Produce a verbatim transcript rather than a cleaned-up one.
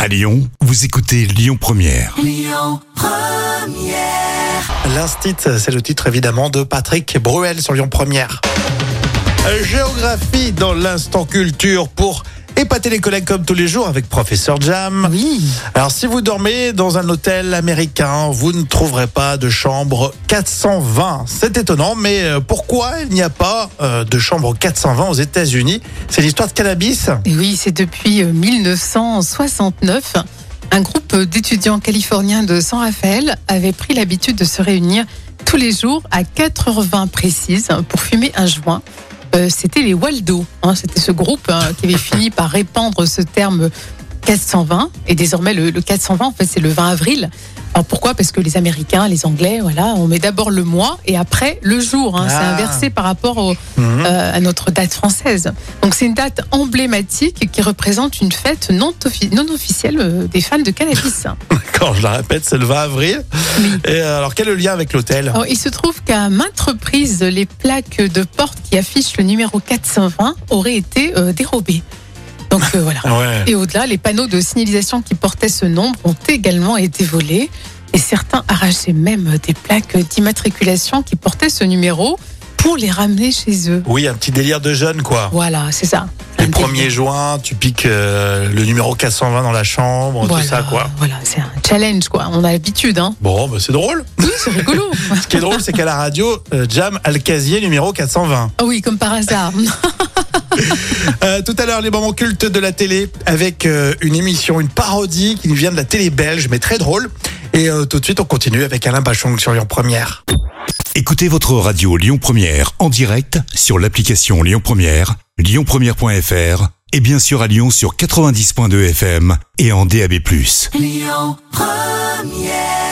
À Lyon, vous écoutez Lyon Première. Lyon Première. L'Instit, c'est le titre évidemment de Patrick Bruel sur Lyon Première. Géographie dans l'instant culture pour épater les collègues comme tous les jours avec Professeur Jam. Oui. Alors si vous dormez dans un hôtel américain, vous ne trouverez pas de chambre quatre cent vingt. C'est étonnant, mais pourquoi il n'y a pas de chambre quatre cent vingt aux États-Unis? C'est l'histoire de cannabis. Et oui, c'est depuis mille neuf cent soixante-neuf. Un groupe d'étudiants californiens de San Rafael avait pris l'habitude de se réunir tous les jours à quatre heures vingt précises pour fumer un joint. Euh, c'était les Waldo, hein, c'était ce groupe hein, qui avait fini par répandre ce terme quatre cent vingt. Et désormais, le, le quatre cent vingt, en fait, c'est le vingt avril. Alors pourquoi ? Parce que les Américains, les Anglais, voilà, on met d'abord le mois et après le jour. Hein, ah. C'est inversé par rapport au, mmh. euh, à notre date française. Donc c'est une date emblématique qui représente une fête non, non officielle des fans de cannabis. D'accord, je la répète, c'est le vingt avril. Oui. Et alors quel est le lien avec l'hôtel ? Alors, il se trouve qu'à maintes reprises, les plaques de porte qui affichent le numéro quatre cent vingt auraient été euh, dérobées. Donc euh, voilà. Ouais. Et au-delà, les panneaux de signalisation qui portaient ce nombre ont également été volés. Et certains arrachaient même des plaques d'immatriculation qui portaient ce numéro pour les ramener chez eux. Oui, un petit délire de jeune, quoi. Voilà, c'est ça. Les premiers juin, tu piques euh, le numéro quatre cent vingt dans la chambre, voilà, tout ça, quoi. Voilà, c'est un challenge, quoi. On a l'habitude, hein. Bon, bah, c'est drôle. Oui, c'est rigolo. Ce qui est drôle, c'est qu'à la radio, euh, Jam a le casier numéro quatre cent vingt. Ah oui, comme par hasard. euh, tout à l'heure, les moments cultes de la télé avec euh, une émission, une parodie qui nous vient de la télé belge, mais très drôle. Et euh, tout de suite, on continue avec Alain Bachung sur Lyon Première. Écoutez votre radio Lyon Première en direct sur l'application Lyon Première, lyon première point f r et bien sûr à Lyon sur quatre-vingt-dix point deux F M et en D A B plus. Lyon Première.